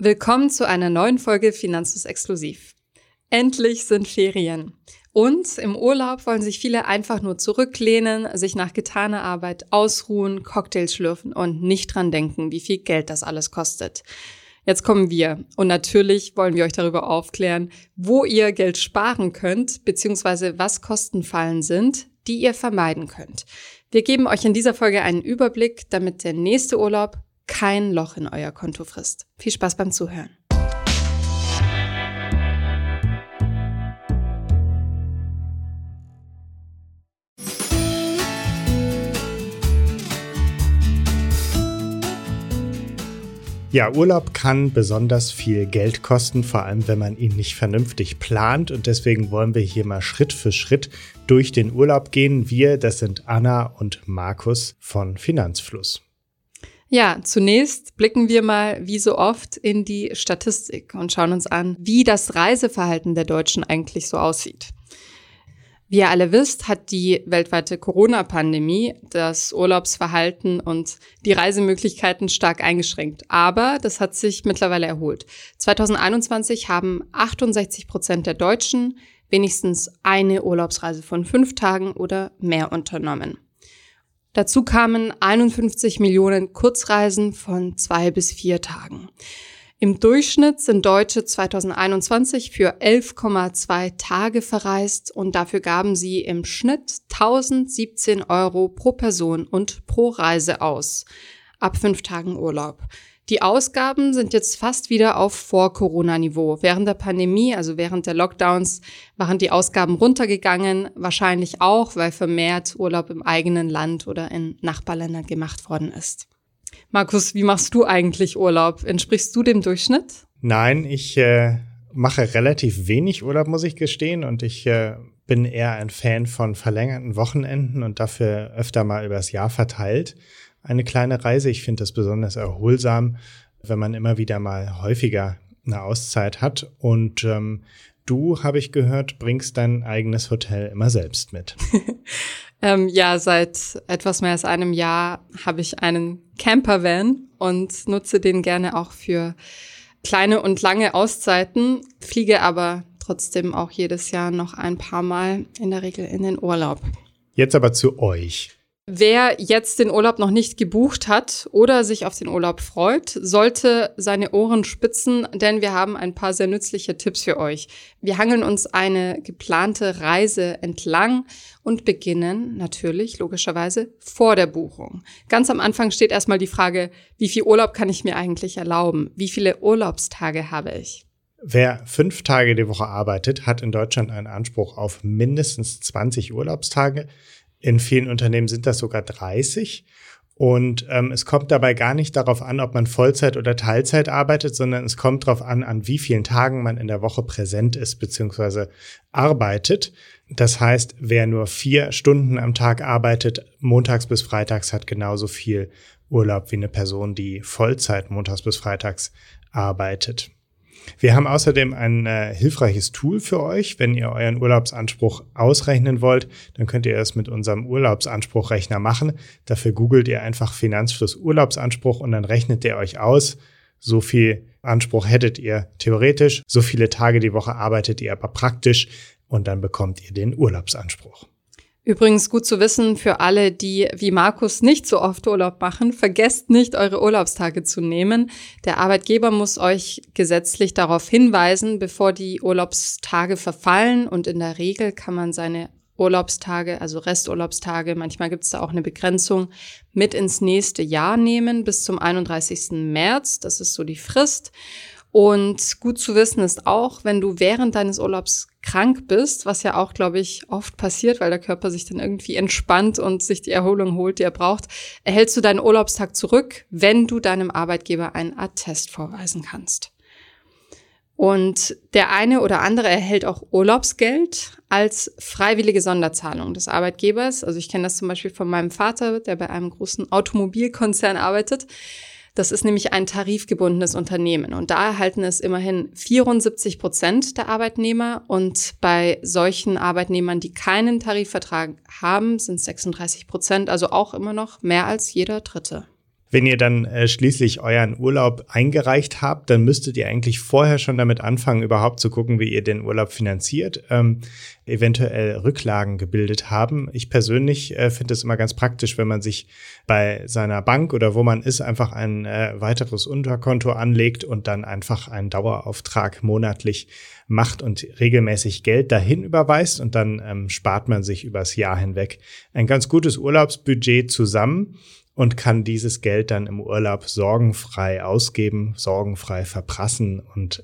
Willkommen zu einer neuen Folge Finanzfluss Exklusiv. Endlich sind Ferien. Und im Urlaub wollen sich viele einfach nur zurücklehnen, sich nach getaner Arbeit ausruhen, Cocktails schlürfen und nicht dran denken, wie viel Geld das alles kostet. Jetzt kommen wir und natürlich wollen wir euch darüber aufklären, wo ihr Geld sparen könnt, beziehungsweise was Kostenfallen sind, die ihr vermeiden könnt. Wir geben euch in dieser Folge einen Überblick, damit der nächste Urlaub kein Loch in euer Konto frisst. Viel Spaß beim Zuhören. Ja, Urlaub kann besonders viel Geld kosten, vor allem wenn man ihn nicht vernünftig plant. Und deswegen wollen wir hier mal Schritt für Schritt durch den Urlaub gehen. Wir, das sind Anna und Markus von Finanzfluss. Ja, zunächst blicken wir mal wie so oft in die Statistik und schauen uns an, wie das Reiseverhalten der Deutschen eigentlich so aussieht. Wie ihr alle wisst, hat die weltweite Corona-Pandemie das Urlaubsverhalten und die Reisemöglichkeiten stark eingeschränkt. Aber das hat sich mittlerweile erholt. 2021 haben 68% der Deutschen wenigstens eine Urlaubsreise von 5 Tagen oder mehr unternommen. Dazu kamen 51 Millionen Kurzreisen von 2 bis 4 Tagen. Im Durchschnitt sind Deutsche 2021 für 11,2 Tage verreist und dafür gaben sie im Schnitt 1.017 € pro Person und pro Reise aus. Ab 5 Tagen Urlaub. Die Ausgaben sind jetzt fast wieder auf Vor-Corona-Niveau. Während der Pandemie, also während der Lockdowns, waren die Ausgaben runtergegangen. Wahrscheinlich auch, weil vermehrt Urlaub im eigenen Land oder in Nachbarländern gemacht worden ist. Markus, wie machst du eigentlich Urlaub? Entsprichst du dem Durchschnitt? Nein, ich mache relativ wenig Urlaub, muss ich gestehen. Und ich bin eher ein Fan von verlängerten Wochenenden und dafür öfter mal übers Jahr verteilt. Eine kleine Reise. Ich finde das besonders erholsam, wenn man immer wieder mal häufiger eine Auszeit hat. Und du, habe ich gehört, bringst dein eigenes Hotel immer selbst mit. Ja, seit etwas mehr als einem Jahr habe ich einen Campervan und nutze den gerne auch für kleine und lange Auszeiten, fliege aber trotzdem auch jedes Jahr noch ein paar Mal in der Regel in den Urlaub. Jetzt aber zu euch. Wer jetzt den Urlaub noch nicht gebucht hat oder sich auf den Urlaub freut, sollte seine Ohren spitzen, denn wir haben ein paar sehr nützliche Tipps für euch. Wir hangeln uns eine geplante Reise entlang und beginnen natürlich logischerweise vor der Buchung. Ganz am Anfang steht erstmal die Frage, wie viel Urlaub kann ich mir eigentlich erlauben? Wie viele Urlaubstage habe ich? Wer 5 Tage die Woche arbeitet, hat in Deutschland einen Anspruch auf mindestens 20 Urlaubstage. In vielen Unternehmen sind das sogar 30 und es kommt dabei gar nicht darauf an, ob man Vollzeit oder Teilzeit arbeitet, sondern es kommt darauf an wie vielen Tagen man in der Woche präsent ist bzw. arbeitet. Das heißt, wer nur 4 Stunden am Tag arbeitet, montags bis freitags, hat genauso viel Urlaub wie eine Person, die Vollzeit montags bis freitags arbeitet. Wir haben außerdem ein hilfreiches Tool für euch. Wenn ihr euren Urlaubsanspruch ausrechnen wollt, dann könnt ihr das mit unserem Urlaubsanspruchrechner machen. Dafür googelt ihr einfach Finanzfluss Urlaubsanspruch und dann rechnet der euch aus. So viel Anspruch hättet ihr theoretisch, so viele Tage die Woche arbeitet ihr aber praktisch und dann bekommt ihr den Urlaubsanspruch. Übrigens gut zu wissen für alle, die wie Markus nicht so oft Urlaub machen, vergesst nicht, eure Urlaubstage zu nehmen. Der Arbeitgeber muss euch gesetzlich darauf hinweisen, bevor die Urlaubstage verfallen. Und in der Regel kann man seine Urlaubstage, also Resturlaubstage, manchmal gibt es da auch eine Begrenzung, mit ins nächste Jahr nehmen bis zum 31. März. Das ist so die Frist. Und gut zu wissen ist auch, wenn du während deines Urlaubs krank bist, was ja auch, glaube ich, oft passiert, weil der Körper sich dann irgendwie entspannt und sich die Erholung holt, die er braucht, erhältst du deinen Urlaubstag zurück, wenn du deinem Arbeitgeber einen Attest vorweisen kannst. Und der eine oder andere erhält auch Urlaubsgeld als freiwillige Sonderzahlung des Arbeitgebers. Also ich kenne das zum Beispiel von meinem Vater, der bei einem großen Automobilkonzern arbeitet. Das ist nämlich ein tarifgebundenes Unternehmen und da erhalten es immerhin 74% der Arbeitnehmer und bei solchen Arbeitnehmern, die keinen Tarifvertrag haben, sind es 36%, also auch immer noch mehr als jeder Dritte. Wenn ihr dann schließlich euren Urlaub eingereicht habt, dann müsstet ihr eigentlich vorher schon damit anfangen, überhaupt zu gucken, wie ihr den Urlaub finanziert, eventuell Rücklagen gebildet haben. Ich persönlich finde es immer ganz praktisch, wenn man sich bei seiner Bank oder wo man ist, einfach ein weiteres Unterkonto anlegt und dann einfach einen Dauerauftrag monatlich macht und regelmäßig Geld dahin überweist und dann spart man sich übers Jahr hinweg ein ganz gutes Urlaubsbudget zusammen und kann dieses Geld dann im Urlaub sorgenfrei ausgeben, sorgenfrei verprassen und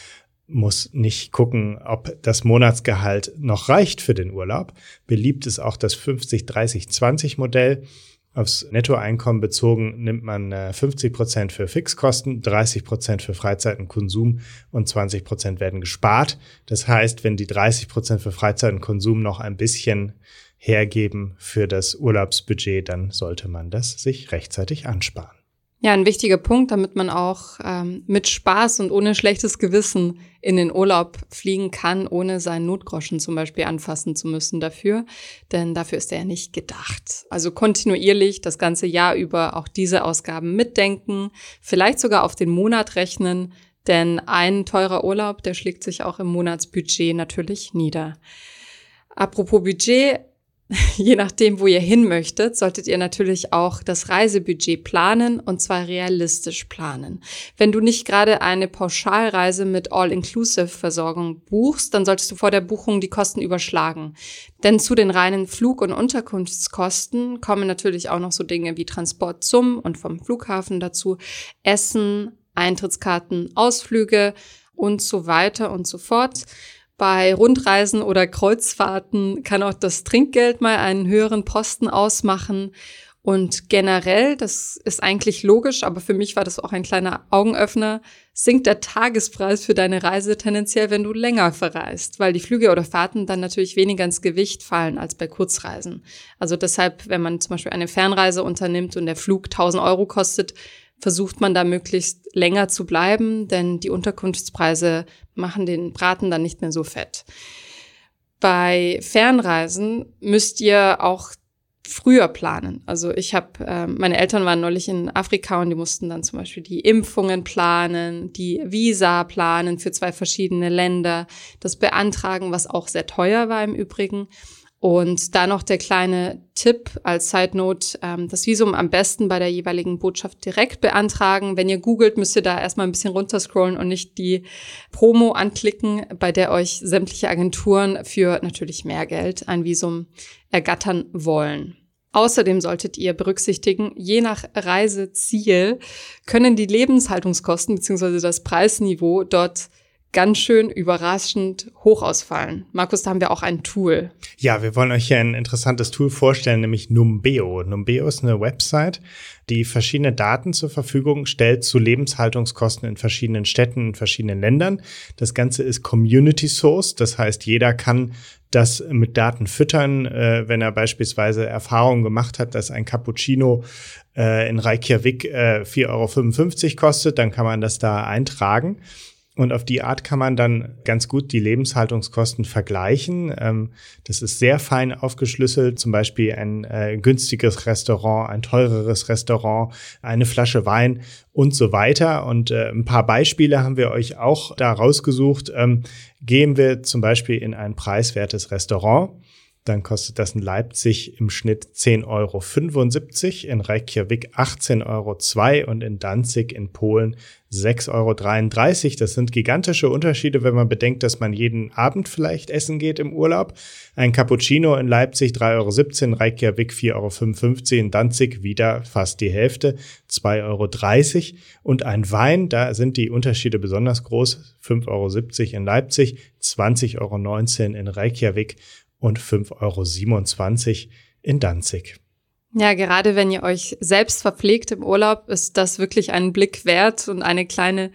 muss nicht gucken, ob das Monatsgehalt noch reicht für den Urlaub. Beliebt ist auch das 50-30-20-Modell. Aufs Nettoeinkommen bezogen nimmt man 50% für Fixkosten, 30% für Freizeit und Konsum und 20% werden gespart. Das heißt, wenn die 30% für Freizeit und Konsum noch ein bisschen hergeben für das Urlaubsbudget, dann sollte man das sich rechtzeitig ansparen. Ja, ein wichtiger Punkt, damit man auch mit Spaß und ohne schlechtes Gewissen in den Urlaub fliegen kann, ohne seinen Notgroschen zum Beispiel anfassen zu müssen dafür. Denn dafür ist er ja nicht gedacht. Also kontinuierlich das ganze Jahr über auch diese Ausgaben mitdenken, vielleicht sogar auf den Monat rechnen, denn ein teurer Urlaub, der schlägt sich auch im Monatsbudget natürlich nieder. Apropos Budget, je nachdem, wo ihr hin möchtet, solltet ihr natürlich auch das Reisebudget planen und zwar realistisch planen. Wenn du nicht gerade eine Pauschalreise mit All-Inclusive-Versorgung buchst, dann solltest du vor der Buchung die Kosten überschlagen. Denn zu den reinen Flug- und Unterkunftskosten kommen natürlich auch noch so Dinge wie Transport zum und vom Flughafen dazu, Essen, Eintrittskarten, Ausflüge und so weiter und so fort. Bei Rundreisen oder Kreuzfahrten kann auch das Trinkgeld mal einen höheren Posten ausmachen. Und generell, das ist eigentlich logisch, aber für mich war das auch ein kleiner Augenöffner, sinkt der Tagespreis für deine Reise tendenziell, wenn du länger verreist, weil die Flüge oder Fahrten dann natürlich weniger ins Gewicht fallen als bei Kurzreisen. Also deshalb, wenn man zum Beispiel eine Fernreise unternimmt und der Flug 1.000 Euro kostet, versucht man da möglichst länger zu bleiben, denn die Unterkunftspreise machen den Braten dann nicht mehr so fett. Bei Fernreisen müsst ihr auch früher planen. Also meine Eltern waren neulich in Afrika und die mussten dann zum Beispiel die Impfungen planen, die Visa planen für 2 verschiedene Länder, das beantragen, was auch sehr teuer war im Übrigen. Und da noch der kleine Tipp als Side Note, das Visum am besten bei der jeweiligen Botschaft direkt beantragen. Wenn ihr googelt, müsst ihr da erstmal ein bisschen runterscrollen und nicht die Promo anklicken, bei der euch sämtliche Agenturen für natürlich mehr Geld ein Visum ergattern wollen. Außerdem solltet ihr berücksichtigen, je nach Reiseziel können die Lebenshaltungskosten bzw. das Preisniveau dort ganz schön überraschend hoch ausfallen. Markus, da haben wir auch ein Tool. Ja, wir wollen euch hier ein interessantes Tool vorstellen, nämlich Numbeo. Numbeo ist eine Website, die verschiedene Daten zur Verfügung stellt zu Lebenshaltungskosten in verschiedenen Städten, in verschiedenen Ländern. Das Ganze ist Community Source, das heißt, jeder kann das mit Daten füttern, wenn er beispielsweise Erfahrungen gemacht hat, dass ein Cappuccino in Reykjavik 4,55 € kostet, dann kann man das da eintragen. Und auf die Art kann man dann ganz gut die Lebenshaltungskosten vergleichen. Das ist sehr fein aufgeschlüsselt, zum Beispiel ein günstiges Restaurant, ein teureres Restaurant, eine Flasche Wein und so weiter. Und ein paar Beispiele haben wir euch auch da rausgesucht. Gehen wir zum Beispiel in ein preiswertes Restaurant, dann kostet das in Leipzig im Schnitt 10,75 €, in Reykjavik 18,02 € und in Danzig in Polen 6,33 €. Das sind gigantische Unterschiede, wenn man bedenkt, dass man jeden Abend vielleicht essen geht im Urlaub. Ein Cappuccino in Leipzig 3,17 €, Reykjavik 4,55 €, in Danzig wieder fast die Hälfte, 2,30 € und ein Wein, da sind die Unterschiede besonders groß, 5,70 € in Leipzig, 20,19 € in Reykjavik und 5,27 € in Danzig. Ja, gerade wenn ihr euch selbst verpflegt im Urlaub, ist das wirklich einen Blick wert und eine kleine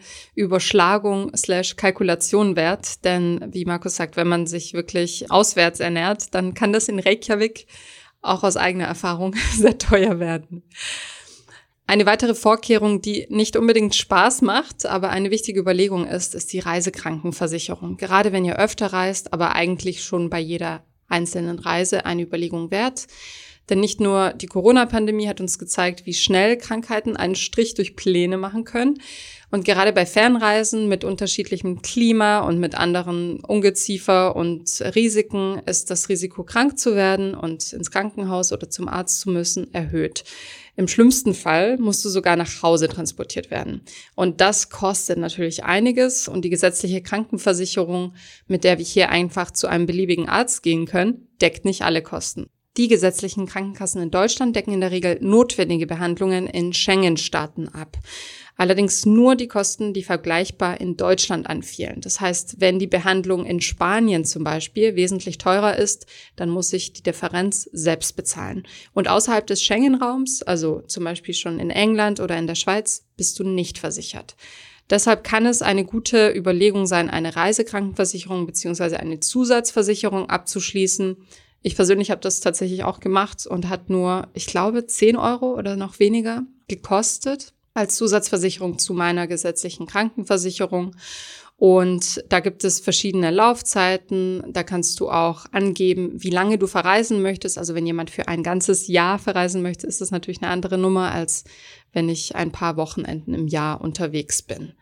Überschlagung/Kalkulation wert. Denn wie Markus sagt, wenn man sich wirklich auswärts ernährt, dann kann das in Reykjavik auch aus eigener Erfahrung sehr teuer werden. Eine weitere Vorkehrung, die nicht unbedingt Spaß macht, aber eine wichtige Überlegung ist die Reisekrankenversicherung. Gerade wenn ihr öfter reist, aber eigentlich schon bei jeder einzelnen Reise eine Überlegung wert. Denn nicht nur die Corona-Pandemie hat uns gezeigt, wie schnell Krankheiten einen Strich durch Pläne machen können. Und gerade bei Fernreisen mit unterschiedlichem Klima und mit anderen Ungeziefer und Risiken ist das Risiko, krank zu werden und ins Krankenhaus oder zum Arzt zu müssen, erhöht. Im schlimmsten Fall musst du sogar nach Hause transportiert werden. Und das kostet natürlich einiges. Und die gesetzliche Krankenversicherung, mit der wir hier einfach zu einem beliebigen Arzt gehen können, deckt nicht alle Kosten. Die gesetzlichen Krankenkassen in Deutschland decken in der Regel notwendige Behandlungen in Schengen-Staaten ab. Allerdings nur die Kosten, die vergleichbar in Deutschland anfielen. Das heißt, wenn die Behandlung in Spanien zum Beispiel wesentlich teurer ist, dann muss ich die Differenz selbst bezahlen. Und außerhalb des Schengen-Raums, also zum Beispiel schon in England oder in der Schweiz, bist du nicht versichert. Deshalb kann es eine gute Überlegung sein, eine Reisekrankenversicherung bzw. eine Zusatzversicherung abzuschließen. Ich persönlich habe das tatsächlich auch gemacht und hat nur, ich glaube, 10 € oder noch weniger gekostet als Zusatzversicherung zu meiner gesetzlichen Krankenversicherung. Und da gibt es verschiedene Laufzeiten. Da kannst du auch angeben, wie lange du verreisen möchtest. Also wenn jemand für ein ganzes Jahr verreisen möchte, ist das natürlich eine andere Nummer, als wenn ich ein paar Wochenenden im Jahr unterwegs bin.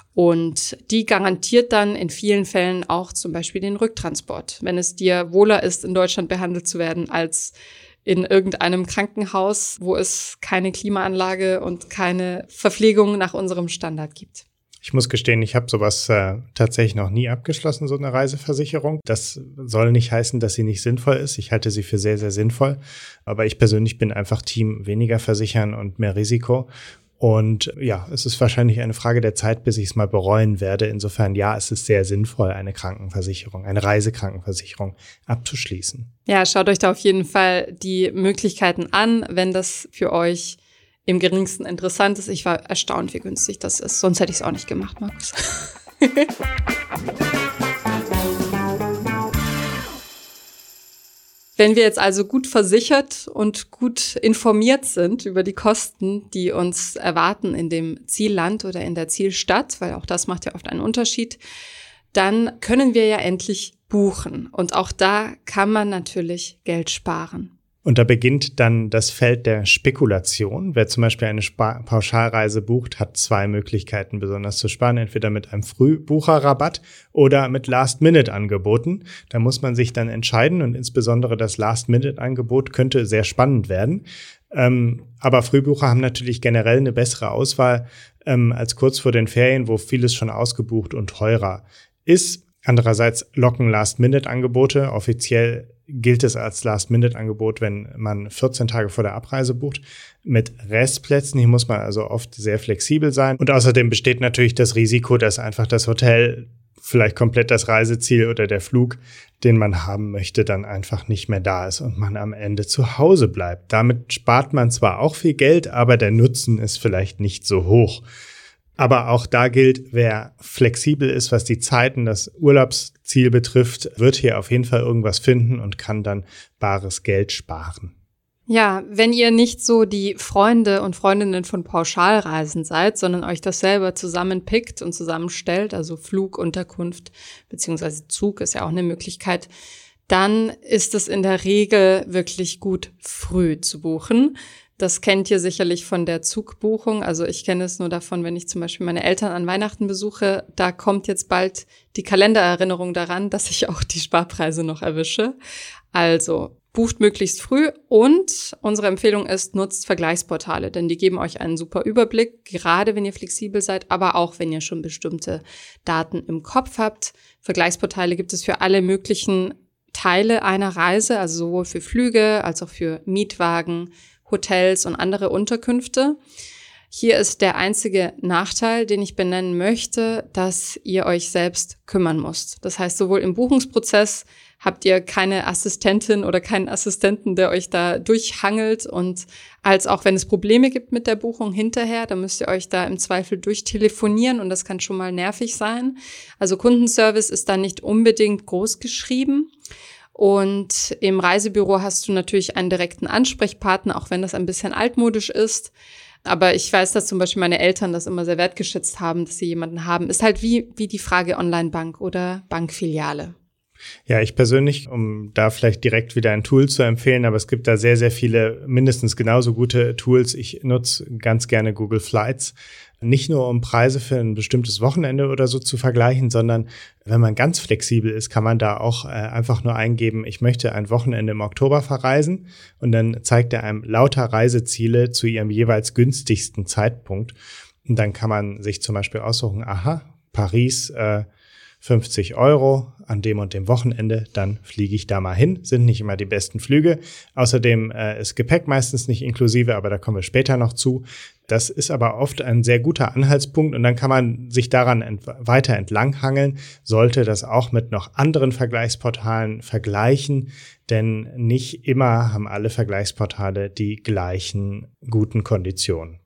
Und die garantiert dann in vielen Fällen auch zum Beispiel den Rücktransport. Wenn es dir wohler ist, in Deutschland behandelt zu werden, als in irgendeinem Krankenhaus, wo es keine Klimaanlage und keine Verpflegung nach unserem Standard gibt. Ich muss gestehen, ich habe sowas tatsächlich noch nie abgeschlossen, so eine Reiseversicherung. Das soll nicht heißen, dass sie nicht sinnvoll ist. Ich halte sie für sehr, sehr sinnvoll. Aber ich persönlich bin einfach Team weniger versichern und mehr Risiko. Und ja, es ist wahrscheinlich eine Frage der Zeit, bis ich es mal bereuen werde. Insofern, ja, es ist sehr sinnvoll, eine Krankenversicherung, eine Reisekrankenversicherung abzuschließen. Ja, schaut euch da auf jeden Fall die Möglichkeiten an, wenn das für euch im geringsten interessant ist. Ich war erstaunt, wie günstig das ist. Sonst hätte ich es auch nicht gemacht, Markus. Wenn wir jetzt also gut versichert und gut informiert sind über die Kosten, die uns erwarten in dem Zielland oder in der Zielstadt, weil auch das macht ja oft einen Unterschied, dann können wir ja endlich buchen. Und auch da kann man natürlich Geld sparen. Und da beginnt dann das Feld der Spekulation. Wer zum Beispiel eine Pauschalreise bucht, hat 2 Möglichkeiten besonders zu sparen. Entweder mit einem Frühbucherrabatt oder mit Last-Minute-Angeboten. Da muss man sich dann entscheiden und insbesondere das Last-Minute-Angebot könnte sehr spannend werden. Aber Frühbucher haben natürlich generell eine bessere Auswahl als kurz vor den Ferien, wo vieles schon ausgebucht und teurer ist. Andererseits locken Last-Minute-Angebote. Offiziell gilt es als Last-Minute-Angebot, wenn man 14 Tage vor der Abreise bucht, mit Restplätzen. Hier muss man also oft sehr flexibel sein. Und außerdem besteht natürlich das Risiko, dass einfach das Hotel, vielleicht komplett das Reiseziel oder der Flug, den man haben möchte, dann einfach nicht mehr da ist und man am Ende zu Hause bleibt. Damit spart man zwar auch viel Geld, aber der Nutzen ist vielleicht nicht so hoch. Aber auch da gilt, wer flexibel ist, was die Zeiten, das Urlaubsziel betrifft, wird hier auf jeden Fall irgendwas finden und kann dann bares Geld sparen. Ja, wenn ihr nicht so die Freunde und Freundinnen von Pauschalreisen seid, sondern euch das selber zusammenpickt und zusammenstellt, also Flug, Unterkunft beziehungsweise Zug ist ja auch eine Möglichkeit, dann ist es in der Regel wirklich gut, früh zu buchen. Das kennt ihr sicherlich von der Zugbuchung. Also ich kenne es nur davon, wenn ich zum Beispiel meine Eltern an Weihnachten besuche. Da kommt jetzt bald die Kalendererinnerung daran, dass ich auch die Sparpreise noch erwische. Also bucht möglichst früh und unsere Empfehlung ist, nutzt Vergleichsportale, denn die geben euch einen super Überblick, gerade wenn ihr flexibel seid, aber auch wenn ihr schon bestimmte Daten im Kopf habt. Vergleichsportale gibt es für alle möglichen Teile einer Reise, also sowohl für Flüge als auch für Mietwagen, Hotels und andere Unterkünfte. Hier ist der einzige Nachteil, den ich benennen möchte, dass ihr euch selbst kümmern müsst. Das heißt, sowohl im Buchungsprozess habt ihr keine Assistentin oder keinen Assistenten, der euch da durchhangelt und als auch wenn es Probleme gibt mit der Buchung hinterher, dann müsst ihr euch da im Zweifel durchtelefonieren und das kann schon mal nervig sein. Also Kundenservice ist da nicht unbedingt groß geschrieben. Und im Reisebüro hast du natürlich einen direkten Ansprechpartner, auch wenn das ein bisschen altmodisch ist. Aber ich weiß, dass zum Beispiel meine Eltern das immer sehr wertgeschätzt haben, dass sie jemanden haben. Ist halt wie die Frage Online-Bank oder Bankfiliale. Ja, ich persönlich, um da vielleicht direkt wieder ein Tool zu empfehlen, aber es gibt da sehr, sehr viele mindestens genauso gute Tools. Ich nutze ganz gerne Google Flights. Nicht nur, um Preise für ein bestimmtes Wochenende oder so zu vergleichen, sondern wenn man ganz flexibel ist, kann man da auch einfach nur eingeben, ich möchte ein Wochenende im Oktober verreisen, und dann zeigt er einem lauter Reiseziele zu ihrem jeweils günstigsten Zeitpunkt. Und dann kann man sich zum Beispiel aussuchen, Paris, 50 € an dem und dem Wochenende, dann fliege ich da mal hin. Sind nicht immer die besten Flüge. Außerdem ist Gepäck meistens nicht inklusive, aber da kommen wir später noch zu. Das ist aber oft ein sehr guter Anhaltspunkt, und dann kann man sich daran weiter entlanghangeln, sollte das auch mit noch anderen Vergleichsportalen vergleichen, denn nicht immer haben alle Vergleichsportale die gleichen guten Konditionen.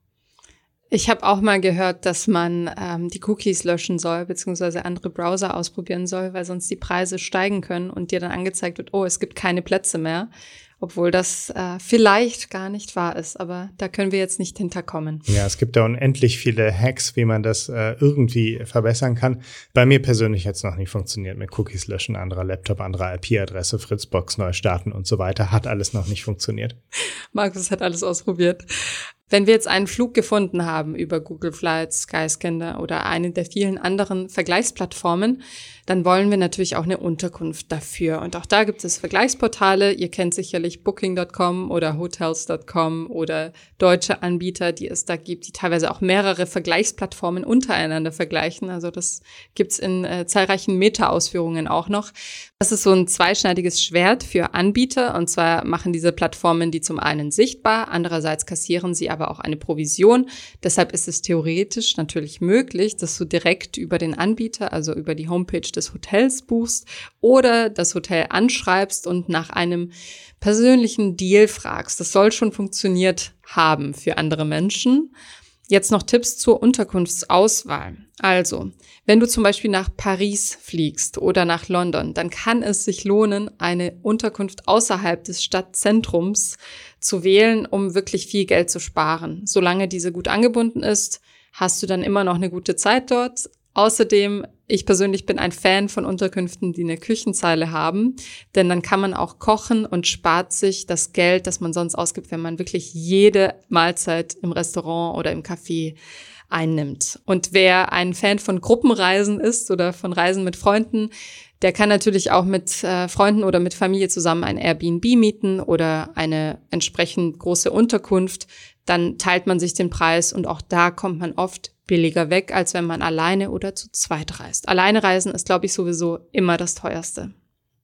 Ich habe auch mal gehört, dass man die Cookies löschen soll, beziehungsweise andere Browser ausprobieren soll, weil sonst die Preise steigen können und dir dann angezeigt wird, es gibt keine Plätze mehr, obwohl das vielleicht gar nicht wahr ist, aber da können wir jetzt nicht hinterkommen. Ja, es gibt da unendlich viele Hacks, wie man das irgendwie verbessern kann. Bei mir persönlich hat es noch nie funktioniert mit Cookies löschen, anderer Laptop, anderer IP-Adresse, Fritzbox neu starten und so weiter. Hat alles noch nicht funktioniert. Markus hat alles ausprobiert. Wenn wir jetzt einen Flug gefunden haben über Google Flights, Skyscanner oder eine der vielen anderen Vergleichsplattformen, dann wollen wir natürlich auch eine Unterkunft dafür. Und auch da gibt es Vergleichsportale. Ihr kennt sicherlich Booking.com oder Hotels.com oder deutsche Anbieter, die es da gibt, die teilweise auch mehrere Vergleichsplattformen untereinander vergleichen. Also das gibt's in zahlreichen Meta-Ausführungen auch noch. Das ist so ein zweischneidiges Schwert für Anbieter. Und zwar machen diese Plattformen die zum einen sichtbar, andererseits kassieren sie aber auch eine Provision. Deshalb ist es theoretisch natürlich möglich, dass du direkt über den Anbieter, also über die Homepage des Hotels buchst oder das Hotel anschreibst und nach einem persönlichen Deal fragst. Das soll schon funktioniert haben für andere Menschen. Jetzt noch Tipps zur Unterkunftsauswahl. Also, wenn du zum Beispiel nach Paris fliegst oder nach London, dann kann es sich lohnen, eine Unterkunft außerhalb des Stadtzentrums zu wählen, um wirklich viel Geld zu sparen. Solange diese gut angebunden ist, hast du dann immer noch eine gute Zeit dort. Außerdem, ich persönlich bin ein Fan von Unterkünften, die eine Küchenzeile haben, denn dann kann man auch kochen und spart sich das Geld, das man sonst ausgibt, wenn man wirklich jede Mahlzeit im Restaurant oder im Café einnimmt. Und wer ein Fan von Gruppenreisen ist oder von Reisen mit Freunden, der kann natürlich auch mit Freunden oder mit Familie zusammen ein Airbnb mieten oder eine entsprechend große Unterkunft. Dann teilt man sich den Preis und auch da kommt man oft billiger weg, als wenn man alleine oder zu zweit reist. Alleine reisen ist, glaube ich, sowieso immer das Teuerste.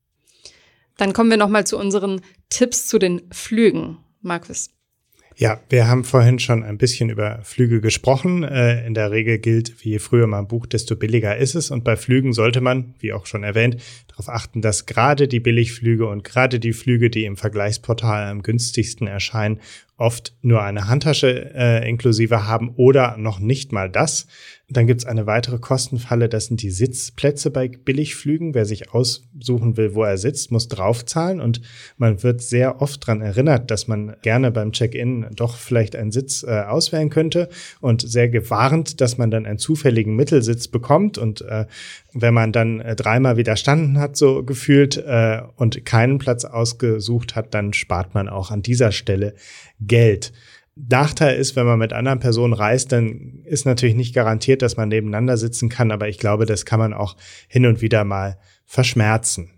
Dann kommen wir nochmal zu unseren Tipps zu den Flügen. Markus. Ja, wir haben vorhin schon ein bisschen über Flüge gesprochen. In der Regel gilt, je früher man bucht, desto billiger ist es. Und bei Flügen sollte man, wie auch schon erwähnt, darauf achten, dass gerade die Billigflüge und gerade die Flüge, die im Vergleichsportal am günstigsten erscheinen, oft nur eine Handtasche inklusive haben oder noch nicht mal das. Dann gibt's eine weitere Kostenfalle, das sind die Sitzplätze bei Billigflügen. Wer sich aussuchen will, wo er sitzt, muss draufzahlen, und man wird sehr oft daran erinnert, dass man gerne beim Check-in doch vielleicht einen Sitz auswählen könnte, und sehr gewarnt, dass man dann einen zufälligen Mittelsitz bekommt, und wenn man dann dreimal widerstanden hat, so gefühlt, und keinen Platz ausgesucht hat, dann spart man auch an dieser Stelle Geld. Nachteil ist, wenn man mit anderen Personen reist, dann ist natürlich nicht garantiert, dass man nebeneinander sitzen kann, aber ich glaube, das kann man auch hin und wieder mal verschmerzen.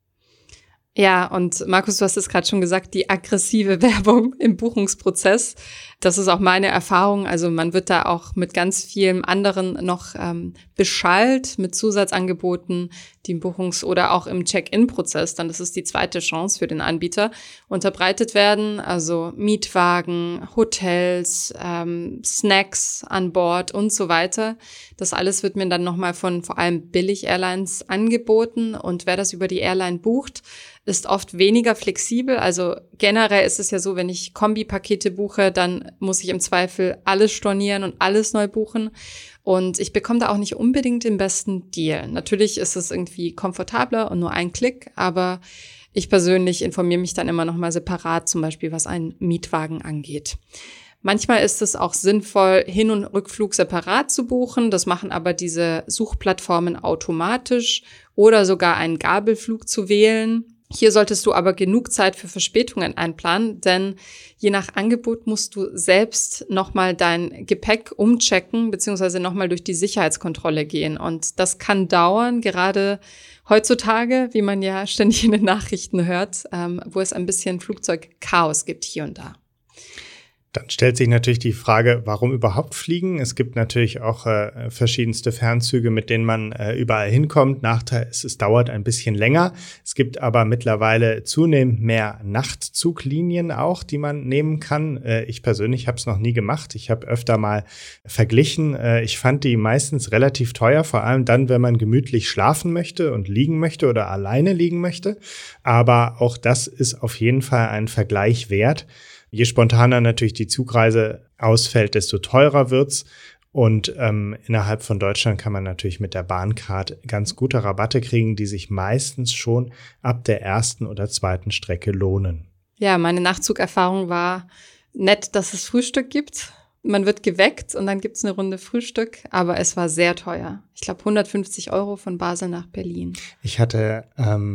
Ja, und Markus, du hast es gerade schon gesagt, die aggressive Werbung im Buchungsprozess, das ist auch meine Erfahrung. Also man wird da auch mit ganz vielen anderen noch beschallt mit Zusatzangeboten, die im Buchungs- oder auch im Check-in-Prozess, dann das ist die zweite Chance für den Anbieter, unterbreitet werden. Also Mietwagen, Hotels, Snacks an Bord und so weiter. Das alles wird mir dann nochmal von vor allem Billig-Airlines angeboten, und wer das über die Airline bucht, ist oft weniger flexibel. Also generell ist es ja so, wenn ich Kombipakete buche, dann muss ich im Zweifel alles stornieren und alles neu buchen. Und ich bekomme da auch nicht unbedingt den besten Deal. Natürlich ist es irgendwie komfortabler und nur ein Klick, aber ich persönlich informiere mich dann immer noch mal separat, zum Beispiel was einen Mietwagen angeht. Manchmal ist es auch sinnvoll, Hin- und Rückflug separat zu buchen. Das machen aber diese Suchplattformen automatisch oder sogar einen Gabelflug zu wählen. Hier solltest du aber genug Zeit für Verspätungen einplanen, denn je nach Angebot musst du selbst nochmal dein Gepäck umchecken bzw. nochmal durch die Sicherheitskontrolle gehen. Und das kann dauern, gerade heutzutage, wie man ja ständig in den Nachrichten hört, wo es ein bisschen Flugzeugchaos gibt hier und da. Dann stellt sich natürlich die Frage, warum überhaupt fliegen? Es gibt natürlich auch verschiedenste Fernzüge, mit denen man überall hinkommt. Nachteil ist, es dauert ein bisschen länger. Es gibt aber mittlerweile zunehmend mehr Nachtzuglinien auch, die man nehmen kann. Ich persönlich habe es noch nie gemacht. Ich habe öfter mal verglichen. Ich fand die meistens relativ teuer, vor allem dann, wenn man gemütlich schlafen möchte und liegen möchte oder alleine liegen möchte. Aber auch das ist auf jeden Fall ein Vergleich wert. Je spontaner natürlich die Zugreise ausfällt, desto teurer wird's. Und innerhalb von Deutschland kann man natürlich mit der Bahncard ganz gute Rabatte kriegen, die sich meistens schon ab der ersten oder zweiten Strecke lohnen. Ja, meine Nachtzug-Erfahrung war nett, dass es Frühstück gibt. Man wird geweckt und dann gibt's eine Runde Frühstück, aber es war sehr teuer. Ich glaube 150 € von Basel nach Berlin. Ich hatte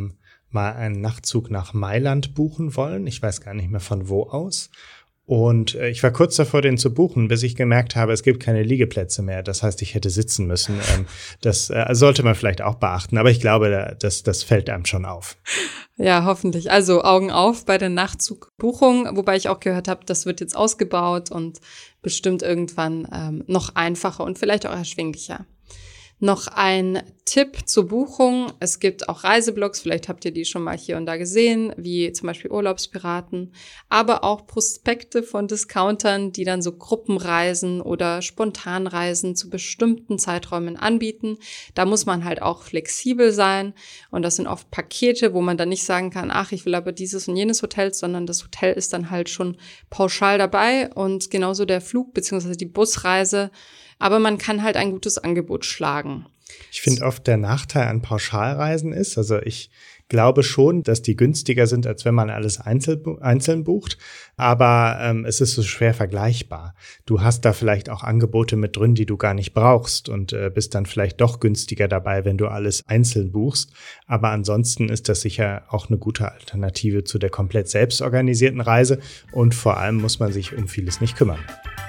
mal einen Nachtzug nach Mailand buchen wollen. Ich weiß gar nicht mehr von wo aus. Und ich war kurz davor, den zu buchen, bis ich gemerkt habe, es gibt keine Liegeplätze mehr. Das heißt, ich hätte sitzen müssen. Das sollte man vielleicht auch beachten. Aber ich glaube, das fällt einem schon auf. Ja, hoffentlich. Also Augen auf bei der Nachtzugbuchung. Wobei ich auch gehört habe, das wird jetzt ausgebaut und bestimmt irgendwann noch einfacher und vielleicht auch erschwinglicher. Noch ein Tipp zur Buchung. Es gibt auch Reiseblogs, vielleicht habt ihr die schon mal hier und da gesehen, wie zum Beispiel Urlaubspiraten, aber auch Prospekte von Discountern, die dann so Gruppenreisen oder Spontanreisen zu bestimmten Zeiträumen anbieten. Da muss man halt auch flexibel sein und das sind oft Pakete, wo man dann nicht sagen kann, ach, ich will aber dieses und jenes Hotel, sondern das Hotel ist dann halt schon pauschal dabei und genauso der Flug bzw. die Busreise. Aber man kann halt ein gutes Angebot schlagen. Ich finde oft der Nachteil an Pauschalreisen ist, also ich glaube schon, dass die günstiger sind, als wenn man alles einzeln bucht, aber es ist so schwer vergleichbar. Du hast da vielleicht auch Angebote mit drin, die du gar nicht brauchst und bist dann vielleicht doch günstiger dabei, wenn du alles einzeln buchst. Aber ansonsten ist das sicher auch eine gute Alternative zu der komplett selbst organisierten Reise und vor allem muss man sich um vieles nicht kümmern.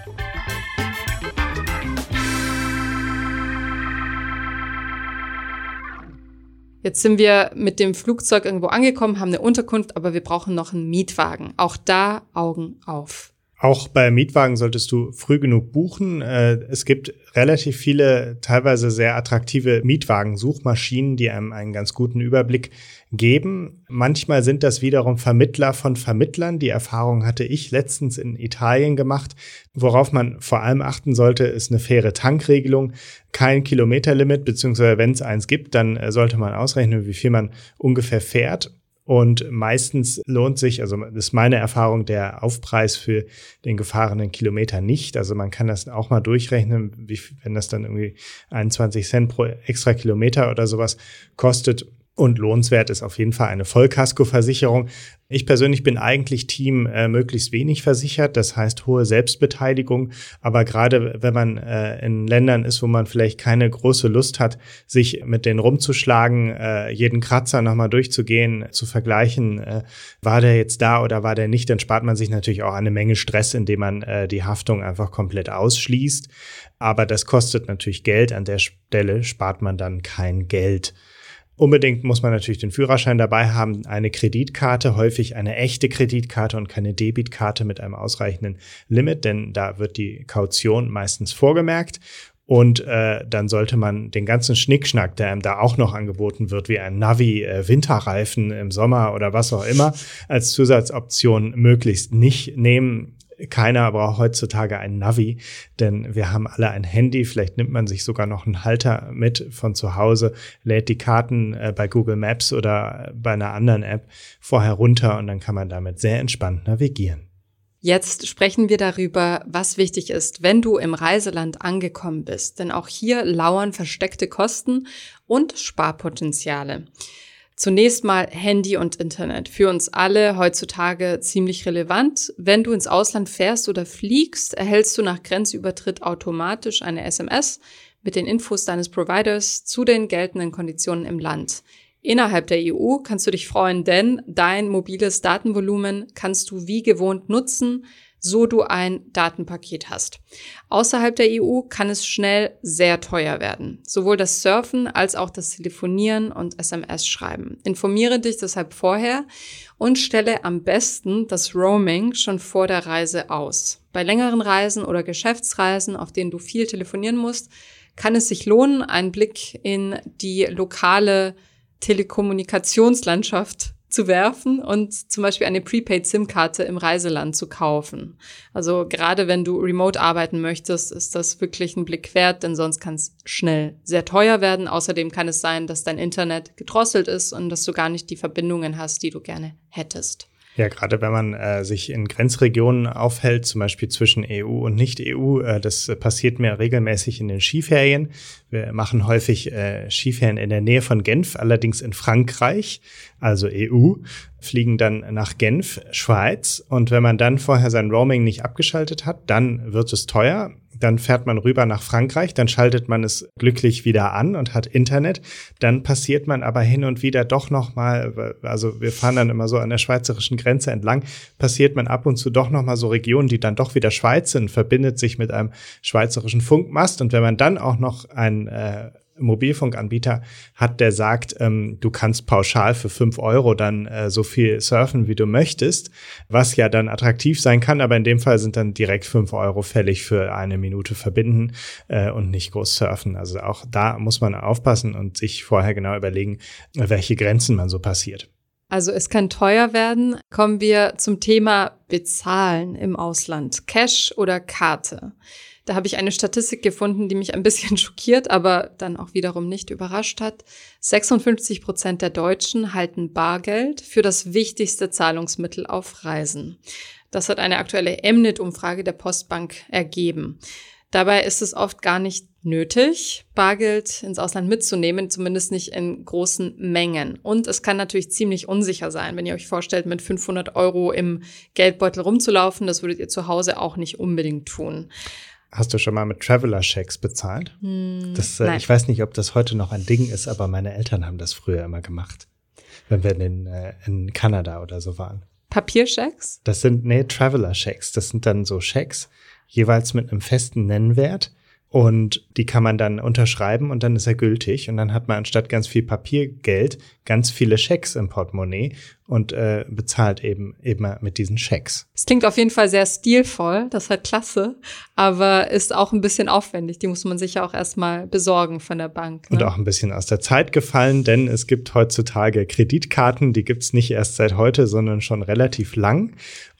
Jetzt sind wir mit dem Flugzeug irgendwo angekommen, haben eine Unterkunft, aber wir brauchen noch einen Mietwagen. Auch da Augen auf. Auch bei Mietwagen solltest du früh genug buchen. Es gibt relativ viele, teilweise sehr attraktive Mietwagensuchmaschinen, die einem einen ganz guten Überblick geben. Manchmal sind das wiederum Vermittler von Vermittlern. Die Erfahrung hatte ich letztens in Italien gemacht. Worauf man vor allem achten sollte, ist eine faire Tankregelung. Kein Kilometerlimit, beziehungsweise wenn es eins gibt, dann sollte man ausrechnen, wie viel man ungefähr fährt. Und meistens lohnt sich, also das ist meine Erfahrung, der Aufpreis für den gefahrenen Kilometer nicht. Also man kann das auch mal durchrechnen, wenn das dann irgendwie 21 Cent pro extra Kilometer oder sowas kostet. Und lohnenswert ist auf jeden Fall eine Vollkaskoversicherung. Ich persönlich bin eigentlich Team möglichst wenig versichert, das heißt hohe Selbstbeteiligung. Aber gerade wenn man in Ländern ist, wo man vielleicht keine große Lust hat, sich mit denen rumzuschlagen, jeden Kratzer nochmal durchzugehen, zu vergleichen, war der jetzt da oder war der nicht, dann spart man sich natürlich auch eine Menge Stress, indem man die Haftung einfach komplett ausschließt. Aber das kostet natürlich Geld. An der Stelle spart man dann kein Geld. Unbedingt muss man natürlich den Führerschein dabei haben, eine Kreditkarte, häufig eine echte Kreditkarte und keine Debitkarte mit einem ausreichenden Limit, denn da wird die Kaution meistens vorgemerkt. Und dann sollte man den ganzen Schnickschnack, der einem da auch noch angeboten wird, wie ein Navi, Winterreifen im Sommer oder was auch immer, als Zusatzoption möglichst nicht nehmen. Keiner braucht heutzutage ein Navi, denn wir haben alle ein Handy. Vielleicht nimmt man sich sogar noch einen Halter mit von zu Hause, lädt die Karten bei Google Maps oder bei einer anderen App vorher runter und dann kann man damit sehr entspannt navigieren. Jetzt sprechen wir darüber, was wichtig ist, wenn du im Reiseland angekommen bist. Denn auch hier lauern versteckte Kosten und Sparpotenziale. Zunächst mal Handy und Internet. Für uns alle heutzutage ziemlich relevant. Wenn du ins Ausland fährst oder fliegst, erhältst du nach Grenzübertritt automatisch eine SMS mit den Infos deines Providers zu den geltenden Konditionen im Land. Innerhalb der EU kannst du dich freuen, denn dein mobiles Datenvolumen kannst du wie gewohnt nutzen, so du ein Datenpaket hast. Außerhalb der EU kann es schnell sehr teuer werden. Sowohl das Surfen als auch das Telefonieren und SMS schreiben. Informiere dich deshalb vorher und stelle am besten das Roaming schon vor der Reise aus. Bei längeren Reisen oder Geschäftsreisen, auf denen du viel telefonieren musst, kann es sich lohnen, einen Blick in die lokale Telekommunikationslandschaft zu werfen und zum Beispiel eine Prepaid-SIM-Karte im Reiseland zu kaufen. Also gerade wenn du remote arbeiten möchtest, ist das wirklich ein Blick wert, denn sonst kann es schnell sehr teuer werden. Außerdem kann es sein, dass dein Internet gedrosselt ist und dass du gar nicht die Verbindungen hast, die du gerne hättest. Ja, gerade wenn man sich in Grenzregionen aufhält, zum Beispiel zwischen EU und Nicht-EU, das passiert mir regelmäßig in den Skiferien. Wir machen häufig Skiferien in der Nähe von Genf, allerdings in Frankreich, also EU, fliegen dann nach Genf, Schweiz. Und wenn man dann vorher sein Roaming nicht abgeschaltet hat, dann wird es teuer. Dann fährt man rüber nach Frankreich, dann schaltet man es glücklich wieder an und hat Internet. Dann passiert man aber hin und wieder doch nochmal, also wir fahren dann immer so an der schweizerischen Grenze entlang, passiert man ab und zu doch nochmal so Regionen, die dann doch wieder Schweiz sind, verbindet sich mit einem schweizerischen Funkmast. Und wenn man dann auch noch einen Mobilfunkanbieter hat, der sagt, du kannst pauschal für 5 € dann so viel surfen, wie du möchtest, was ja dann attraktiv sein kann, aber in dem Fall sind dann direkt 5 € fällig für 1 Minute verbinden und nicht groß surfen. Also auch da muss man aufpassen und sich vorher genau überlegen, welche Grenzen man so passiert. Also es kann teuer werden. Kommen wir zum Thema Bezahlen im Ausland. Cash oder Karte? Da habe ich eine Statistik gefunden, die mich ein bisschen schockiert, aber dann auch wiederum nicht überrascht hat. 56% der Deutschen halten Bargeld für das wichtigste Zahlungsmittel auf Reisen. Das hat eine aktuelle Mnet-Umfrage der Postbank ergeben. Dabei ist es oft gar nicht nötig, Bargeld ins Ausland mitzunehmen, zumindest nicht in großen Mengen. Und es kann natürlich ziemlich unsicher sein, wenn ihr euch vorstellt, mit 500 € im Geldbeutel rumzulaufen. Das würdet ihr zu Hause auch nicht unbedingt tun. Hast du schon mal mit Traveler-Checks bezahlt? Nein. Ich weiß nicht, ob das heute noch ein Ding ist, aber meine Eltern haben das früher immer gemacht, wenn wir in Kanada oder so waren. Papierchecks? Das sind, Traveler-Checks. Das sind dann so Checks, jeweils mit einem festen Nennwert. Und die kann man dann unterschreiben und dann ist er gültig. Und dann hat man anstatt ganz viel Papiergeld ganz viele Schecks im Portemonnaie und bezahlt eben mit diesen Schecks. Es klingt auf jeden Fall sehr stilvoll, das ist halt klasse, aber ist auch ein bisschen aufwendig. Die muss man sich ja auch erstmal besorgen von der Bank. Ne? Und auch ein bisschen aus der Zeit gefallen, denn es gibt heutzutage Kreditkarten, die gibt's nicht erst seit heute, sondern schon relativ lang.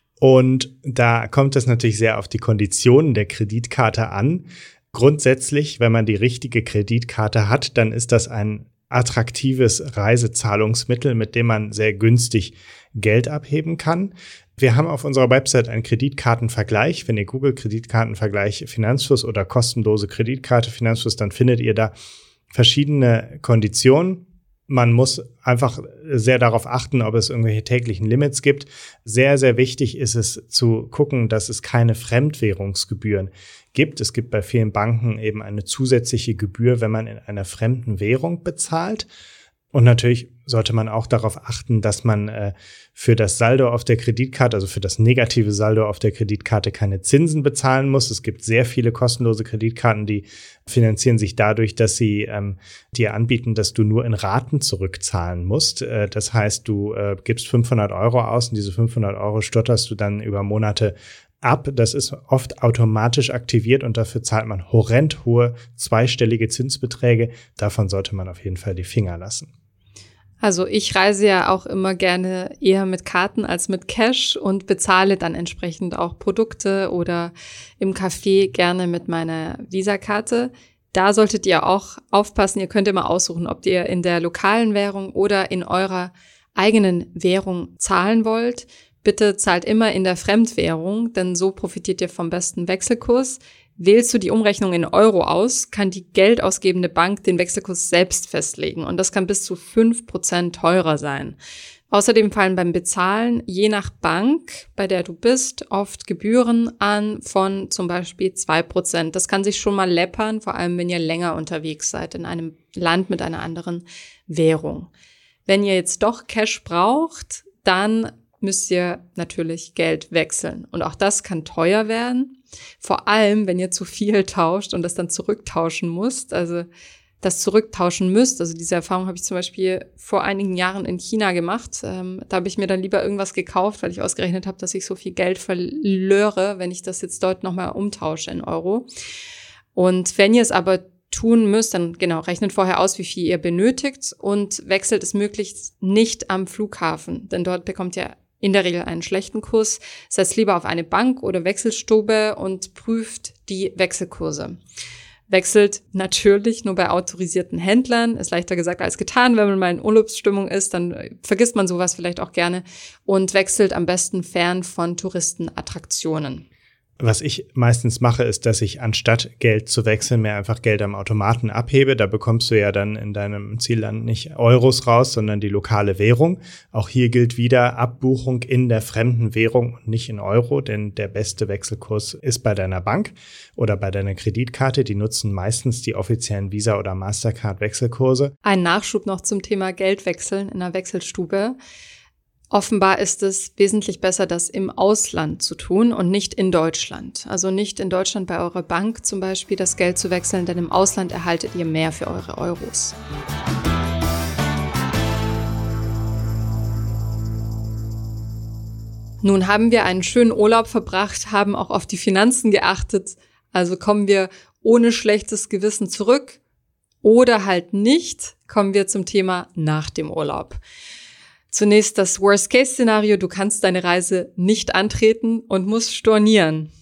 Und da kommt es natürlich sehr auf die Konditionen der Kreditkarte an. Grundsätzlich, wenn man die richtige Kreditkarte hat, dann ist das ein attraktives Reisezahlungsmittel, mit dem man sehr günstig Geld abheben kann. Wir haben auf unserer Website einen Kreditkartenvergleich. Wenn ihr googelt Kreditkartenvergleich Finanzfluss oder kostenlose Kreditkarte Finanzfluss, dann findet ihr da verschiedene Konditionen. Man muss einfach sehr darauf achten, ob es irgendwelche täglichen Limits gibt. Sehr, sehr wichtig ist es zu gucken, dass es keine Fremdwährungsgebühren gibt. Es gibt bei vielen Banken eben eine zusätzliche Gebühr, wenn man in einer fremden Währung bezahlt. Und natürlich sollte man auch darauf achten, dass man für das Saldo auf der Kreditkarte, also für das negative Saldo auf der Kreditkarte, keine Zinsen bezahlen muss. Es gibt sehr viele kostenlose Kreditkarten, die finanzieren sich dadurch, dass sie dir anbieten, dass du nur in Raten zurückzahlen musst. Das heißt, du gibst 500 € aus und diese 500 € stotterst du dann über Monate ab. Das ist oft automatisch aktiviert und dafür zahlt man horrend hohe zweistellige Zinsbeträge. Davon sollte man auf jeden Fall die Finger lassen. Also ich reise ja auch immer gerne eher mit Karten als mit Cash und bezahle dann entsprechend auch Produkte oder im Café gerne mit meiner Visa-Karte. Da solltet ihr auch aufpassen, ihr könnt immer aussuchen, ob ihr in der lokalen Währung oder in eurer eigenen Währung zahlen wollt. Bitte zahlt immer in der Fremdwährung, denn so profitiert ihr vom besten Wechselkurs. Wählst du die Umrechnung in Euro aus, kann die geldausgebende Bank den Wechselkurs selbst festlegen und das kann bis zu 5% teurer sein. Außerdem fallen beim Bezahlen je nach Bank, bei der du bist, oft Gebühren an von zum Beispiel 2%. Das kann sich schon mal läppern, vor allem wenn ihr länger unterwegs seid in einem Land mit einer anderen Währung. Wenn ihr jetzt doch Cash braucht, dann müsst ihr natürlich Geld wechseln. Und auch das kann teuer werden. Vor allem, wenn ihr zu viel tauscht und das dann zurücktauschen müsst. Also diese Erfahrung habe ich zum Beispiel vor einigen Jahren in China gemacht. Da habe ich mir dann lieber irgendwas gekauft, weil ich ausgerechnet habe, dass ich so viel Geld verlöre, wenn ich das jetzt dort nochmal umtausche in Euro. Und wenn ihr es aber tun müsst, dann rechnet vorher aus, wie viel ihr benötigt und wechselt es möglichst nicht am Flughafen, denn dort bekommt ihr in der Regel einen schlechten Kurs. Setzt lieber auf eine Bank oder Wechselstube und prüft die Wechselkurse. Wechselt natürlich nur bei autorisierten Händlern. Ist leichter gesagt als getan. Wenn man mal in Urlaubsstimmung ist, dann vergisst man sowas vielleicht auch gerne und wechselt am besten fern von Touristenattraktionen. Was ich meistens mache, ist, dass ich anstatt Geld zu wechseln, mir einfach Geld am Automaten abhebe. Da bekommst du ja dann in deinem Zielland nicht Euros raus, sondern die lokale Währung. Auch hier gilt wieder Abbuchung in der fremden Währung und nicht in Euro, denn der beste Wechselkurs ist bei deiner Bank oder bei deiner Kreditkarte. Die nutzen meistens die offiziellen Visa- oder Mastercard-Wechselkurse. Ein Nachschub noch zum Thema Geldwechseln in einer Wechselstube. Offenbar ist es wesentlich besser, das im Ausland zu tun und nicht in Deutschland. Also nicht in Deutschland bei eurer Bank zum Beispiel das Geld zu wechseln, denn im Ausland erhaltet ihr mehr für eure Euros. Nun haben wir einen schönen Urlaub verbracht, haben auch auf die Finanzen geachtet. Also kommen wir ohne schlechtes Gewissen zurück oder halt nicht, kommen wir zum Thema nach dem Urlaub. Zunächst das Worst-Case-Szenario, du kannst deine Reise nicht antreten und musst stornieren.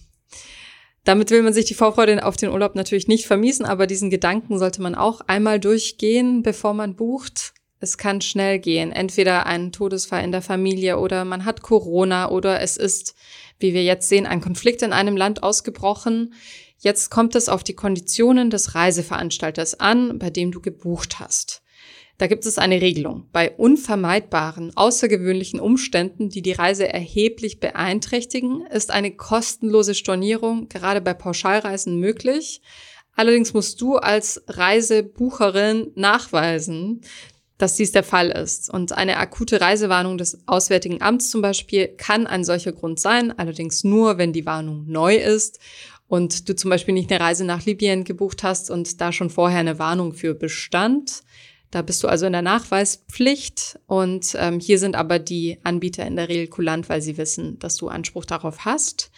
Damit will man sich die Vorfreude auf den Urlaub natürlich nicht vermiesen, aber diesen Gedanken sollte man auch einmal durchgehen, bevor man bucht. Es kann schnell gehen, entweder ein Todesfall in der Familie oder man hat Corona oder es ist, wie wir jetzt sehen, ein Konflikt in einem Land ausgebrochen. Jetzt kommt es auf die Konditionen des Reiseveranstalters an, bei dem du gebucht hast. Da gibt es eine Regelung. Bei unvermeidbaren, außergewöhnlichen Umständen, die die Reise erheblich beeinträchtigen, ist eine kostenlose Stornierung gerade bei Pauschalreisen möglich. Allerdings musst du als Reisebucherin nachweisen, dass dies der Fall ist. Und eine akute Reisewarnung des Auswärtigen Amts zum Beispiel kann ein solcher Grund sein, allerdings nur, wenn die Warnung neu ist und du zum Beispiel nicht eine Reise nach Libyen gebucht hast und da schon vorher eine Warnung für bestand. Da bist du also in der Nachweispflicht und hier sind aber die Anbieter in der Regel kulant, weil sie wissen, dass du Anspruch darauf hast.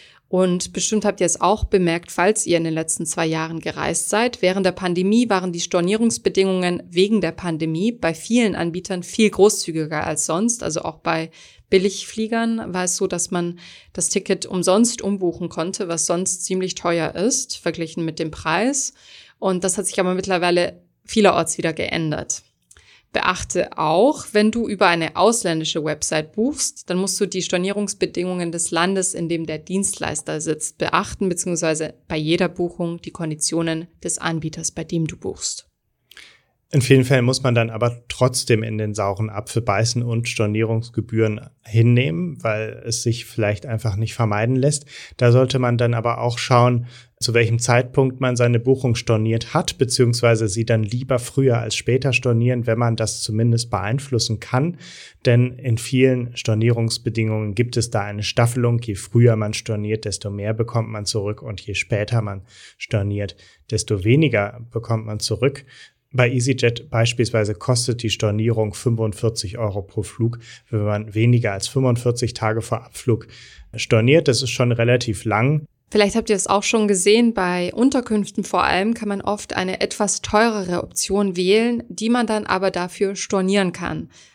Und bestimmt habt ihr es auch bemerkt, falls ihr in den letzten 2 Jahren gereist seid. Während der Pandemie waren die Stornierungsbedingungen wegen der Pandemie bei vielen Anbietern viel großzügiger als sonst. Also auch bei Billigfliegern war es so, dass man das Ticket umsonst umbuchen konnte, was sonst ziemlich teuer ist, verglichen mit dem Preis. Und das hat sich aber mittlerweile vielerorts wieder geändert. Beachte auch, wenn du über eine ausländische Website buchst, dann musst du die Stornierungsbedingungen des Landes, in dem der Dienstleister sitzt, beachten, beziehungsweise bei jeder Buchung die Konditionen des Anbieters, bei dem du buchst. In vielen Fällen muss man dann aber trotzdem in den sauren Apfel beißen und Stornierungsgebühren hinnehmen, weil es sich vielleicht einfach nicht vermeiden lässt. Da sollte man dann aber auch schauen, zu welchem Zeitpunkt man seine Buchung storniert hat, beziehungsweise sie dann lieber früher als später stornieren, wenn man das zumindest beeinflussen kann. Denn in vielen Stornierungsbedingungen gibt es da eine Staffelung. Je früher man storniert, desto mehr bekommt man zurück und je später man storniert, desto weniger bekommt man zurück. Bei EasyJet beispielsweise kostet die Stornierung 45 € pro Flug, wenn man weniger als 45 Tage vor Abflug storniert. Das ist schon relativ lang. Vielleicht habt ihr es auch schon gesehen, bei Unterkünften vor allem kann man oft eine etwas teurere Option wählen, die man dann aber dafür stornieren kann.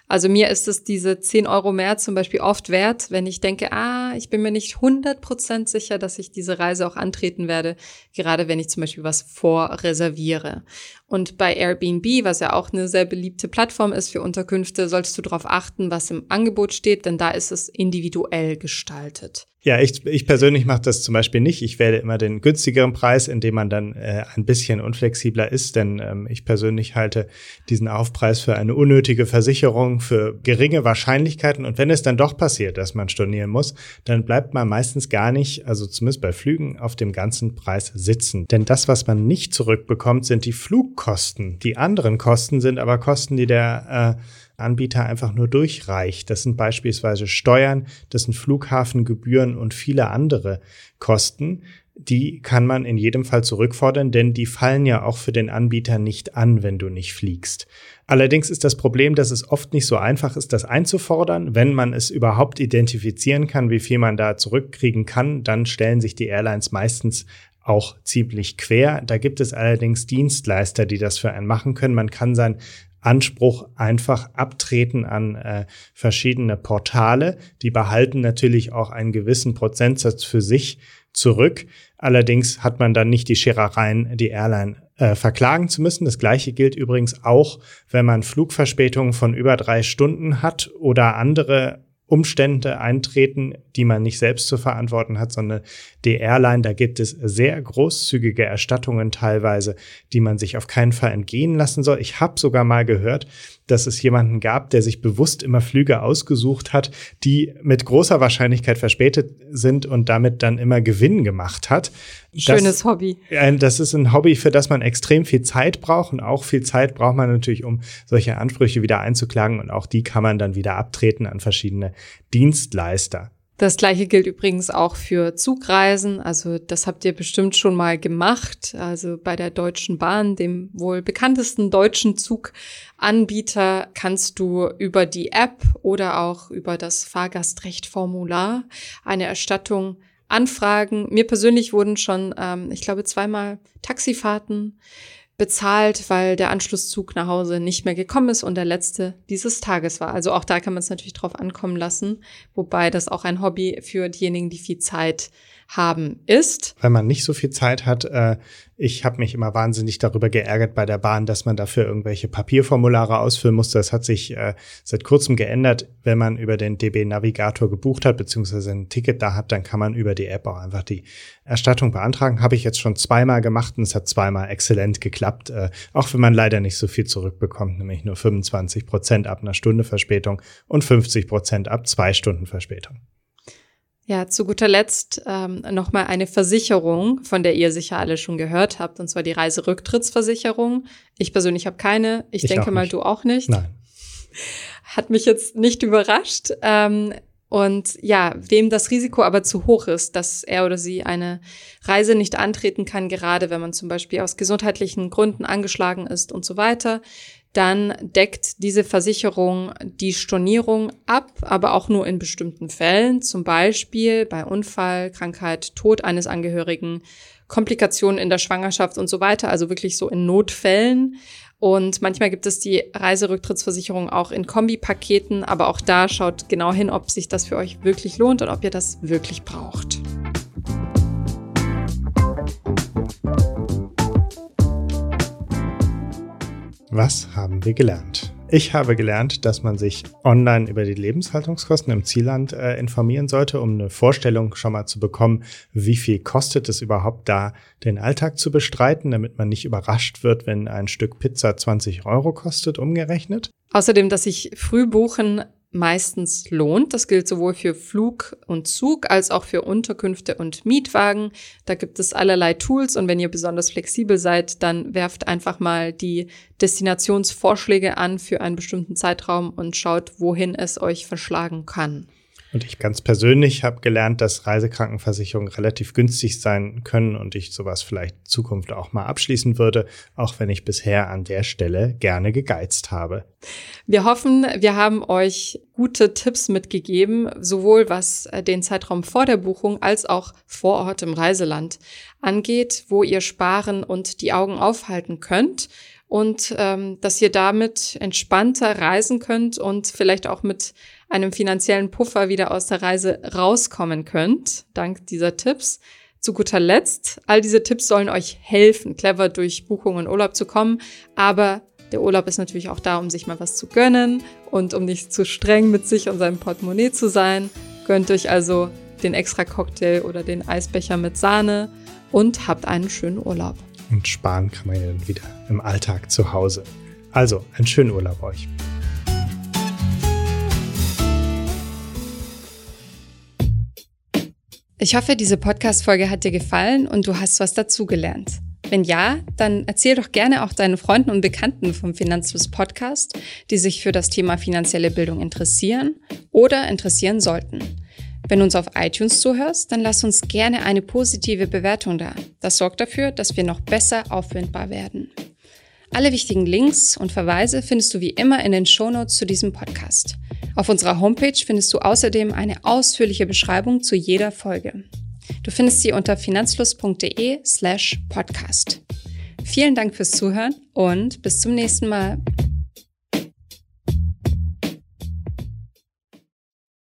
Also mir ist es diese 10 Euro mehr zum Beispiel oft wert, wenn ich denke, ich bin mir nicht 100% sicher, dass ich diese Reise auch antreten werde, gerade wenn ich zum Beispiel was vorreserviere. Und bei Airbnb, was ja auch eine sehr beliebte Plattform ist für Unterkünfte, solltest du darauf achten, was im Angebot steht, denn da ist es individuell gestaltet. Ja, ich persönlich mache das zum Beispiel nicht. Ich wähle immer den günstigeren Preis, indem man dann ein bisschen unflexibler ist, denn ich persönlich halte diesen Aufpreis für eine unnötige Versicherung, für geringe Wahrscheinlichkeiten. Und wenn es dann doch passiert, dass man stornieren muss, dann bleibt man meistens gar nicht, also zumindest bei Flügen, auf dem ganzen Preis sitzen. Denn das, was man nicht zurückbekommt, sind die Flugkosten. Die anderen Kosten sind aber Kosten, die der Anbieter einfach nur durchreicht. Das sind beispielsweise Steuern, das sind Flughafengebühren und viele andere Kosten. Die kann man in jedem Fall zurückfordern, denn die fallen ja auch für den Anbieter nicht an, wenn du nicht fliegst. Allerdings ist das Problem, dass es oft nicht so einfach ist, das einzufordern. Wenn man es überhaupt identifizieren kann, wie viel man da zurückkriegen kann, dann stellen sich die Airlines meistens auch ziemlich quer. Da gibt es allerdings Dienstleister, die das für einen machen können. Man kann sein Anspruch einfach abtreten an verschiedene Portale. Die behalten natürlich auch einen gewissen Prozentsatz für sich zurück. Allerdings hat man dann nicht die Scherereien, die Airline verklagen zu müssen. Das Gleiche gilt übrigens auch, wenn man Flugverspätungen von über 3 Stunden hat oder andere Umstände eintreten, die man nicht selbst zu verantworten hat, sondern die Airline. Da gibt es sehr großzügige Erstattungen teilweise, die man sich auf keinen Fall entgehen lassen soll. Ich habe sogar mal gehört, dass es jemanden gab, der sich bewusst immer Flüge ausgesucht hat, die mit großer Wahrscheinlichkeit verspätet sind und damit dann immer Gewinn gemacht hat. Schönes Hobby. Das ist ein Hobby, für das man extrem viel Zeit braucht. Und auch viel Zeit braucht man natürlich, um solche Ansprüche wieder einzuklagen. Und auch die kann man dann wieder abtreten an verschiedene Dienstleister. Das Gleiche gilt übrigens auch für Zugreisen. Also das habt ihr bestimmt schon mal gemacht. Also bei der Deutschen Bahn, dem wohl bekanntesten deutschen Zuganbieter, kannst du über die App oder auch über das Fahrgastrechtformular eine Erstattung anfragen. Mir persönlich wurden schon, ich glaube, 2-mal Taxifahrten bezahlt, weil der Anschlusszug nach Hause nicht mehr gekommen ist und der letzte dieses Tages war. Also auch da kann man es natürlich drauf ankommen lassen, wobei das auch ein Hobby für diejenigen, die viel Zeit haben, ist. Wenn man nicht so viel Zeit hat, ich habe mich immer wahnsinnig darüber geärgert bei der Bahn, dass man dafür irgendwelche Papierformulare ausfüllen musste. Das hat sich seit kurzem geändert. Wenn man über den DB Navigator gebucht hat, beziehungsweise ein Ticket da hat, dann kann man über die App auch einfach die Erstattung beantragen. Habe ich jetzt schon 2-mal gemacht und es hat 2-mal exzellent geklappt. Auch wenn man leider nicht so viel zurückbekommt, nämlich nur 25% ab einer Stunde Verspätung und 50% ab 2 Stunden Verspätung. Ja, zu guter Letzt nochmal eine Versicherung, von der ihr sicher alle schon gehört habt, und zwar die Reiserücktrittsversicherung. Ich persönlich habe keine. Ich denke mal, du auch nicht. Nein. Hat mich jetzt nicht überrascht. Und ja, wem das Risiko aber zu hoch ist, dass er oder sie eine Reise nicht antreten kann, gerade wenn man zum Beispiel aus gesundheitlichen Gründen angeschlagen ist und so weiter, dann deckt diese Versicherung die Stornierung ab, aber auch nur in bestimmten Fällen, zum Beispiel bei Unfall, Krankheit, Tod eines Angehörigen, Komplikationen in der Schwangerschaft und so weiter, also wirklich so in Notfällen. Und manchmal gibt es die Reiserücktrittsversicherung auch in Kombipaketen, aber auch da schaut genau hin, ob sich das für euch wirklich lohnt und ob ihr das wirklich braucht. Was haben wir gelernt? Ich habe gelernt, dass man sich online über die Lebenshaltungskosten im Zielland informieren sollte, um eine Vorstellung schon mal zu bekommen, wie viel kostet es überhaupt da, den Alltag zu bestreiten, damit man nicht überrascht wird, wenn ein Stück Pizza 20 Euro kostet, umgerechnet. Außerdem, dass sich Frühbuchen meistens lohnt. Das gilt sowohl für Flug und Zug als auch für Unterkünfte und Mietwagen. Da gibt es allerlei Tools und wenn ihr besonders flexibel seid, dann werft einfach mal die Destinationsvorschläge an für einen bestimmten Zeitraum und schaut, wohin es euch verschlagen kann. Und ich ganz persönlich habe gelernt, dass Reisekrankenversicherungen relativ günstig sein können und ich sowas vielleicht in Zukunft auch mal abschließen würde, auch wenn ich bisher an der Stelle gerne gegeizt habe. Wir hoffen, wir haben euch gute Tipps mitgegeben, sowohl was den Zeitraum vor der Buchung als auch vor Ort im Reiseland angeht, wo ihr sparen und die Augen aufhalten könnt. und dass ihr damit entspannter reisen könnt und vielleicht auch mit einem finanziellen Puffer wieder aus der Reise rauskommen könnt, dank dieser Tipps. Zu guter Letzt, all diese Tipps sollen euch helfen, clever durch Buchung und Urlaub zu kommen, aber der Urlaub ist natürlich auch da, um sich mal was zu gönnen und um nicht zu streng mit sich und seinem Portemonnaie zu sein. Gönnt euch also den extra Cocktail oder den Eisbecher mit Sahne und habt einen schönen Urlaub. Und sparen kann man ja dann wieder im Alltag zu Hause. Also, einen schönen Urlaub euch. Ich hoffe, diese Podcast-Folge hat dir gefallen und du hast was dazugelernt. Wenn ja, dann erzähl doch gerne auch deinen Freunden und Bekannten vom Finanzfluss Podcast, die sich für das Thema finanzielle Bildung interessieren oder interessieren sollten. Wenn du uns auf iTunes zuhörst, dann lass uns gerne eine positive Bewertung da. Das sorgt dafür, dass wir noch besser auffindbar werden. Alle wichtigen Links und Verweise findest du wie immer in den Shownotes zu diesem Podcast. Auf unserer Homepage findest du außerdem eine ausführliche Beschreibung zu jeder Folge. Du findest sie unter finanzfluss.de/podcast. Vielen Dank fürs Zuhören und bis zum nächsten Mal.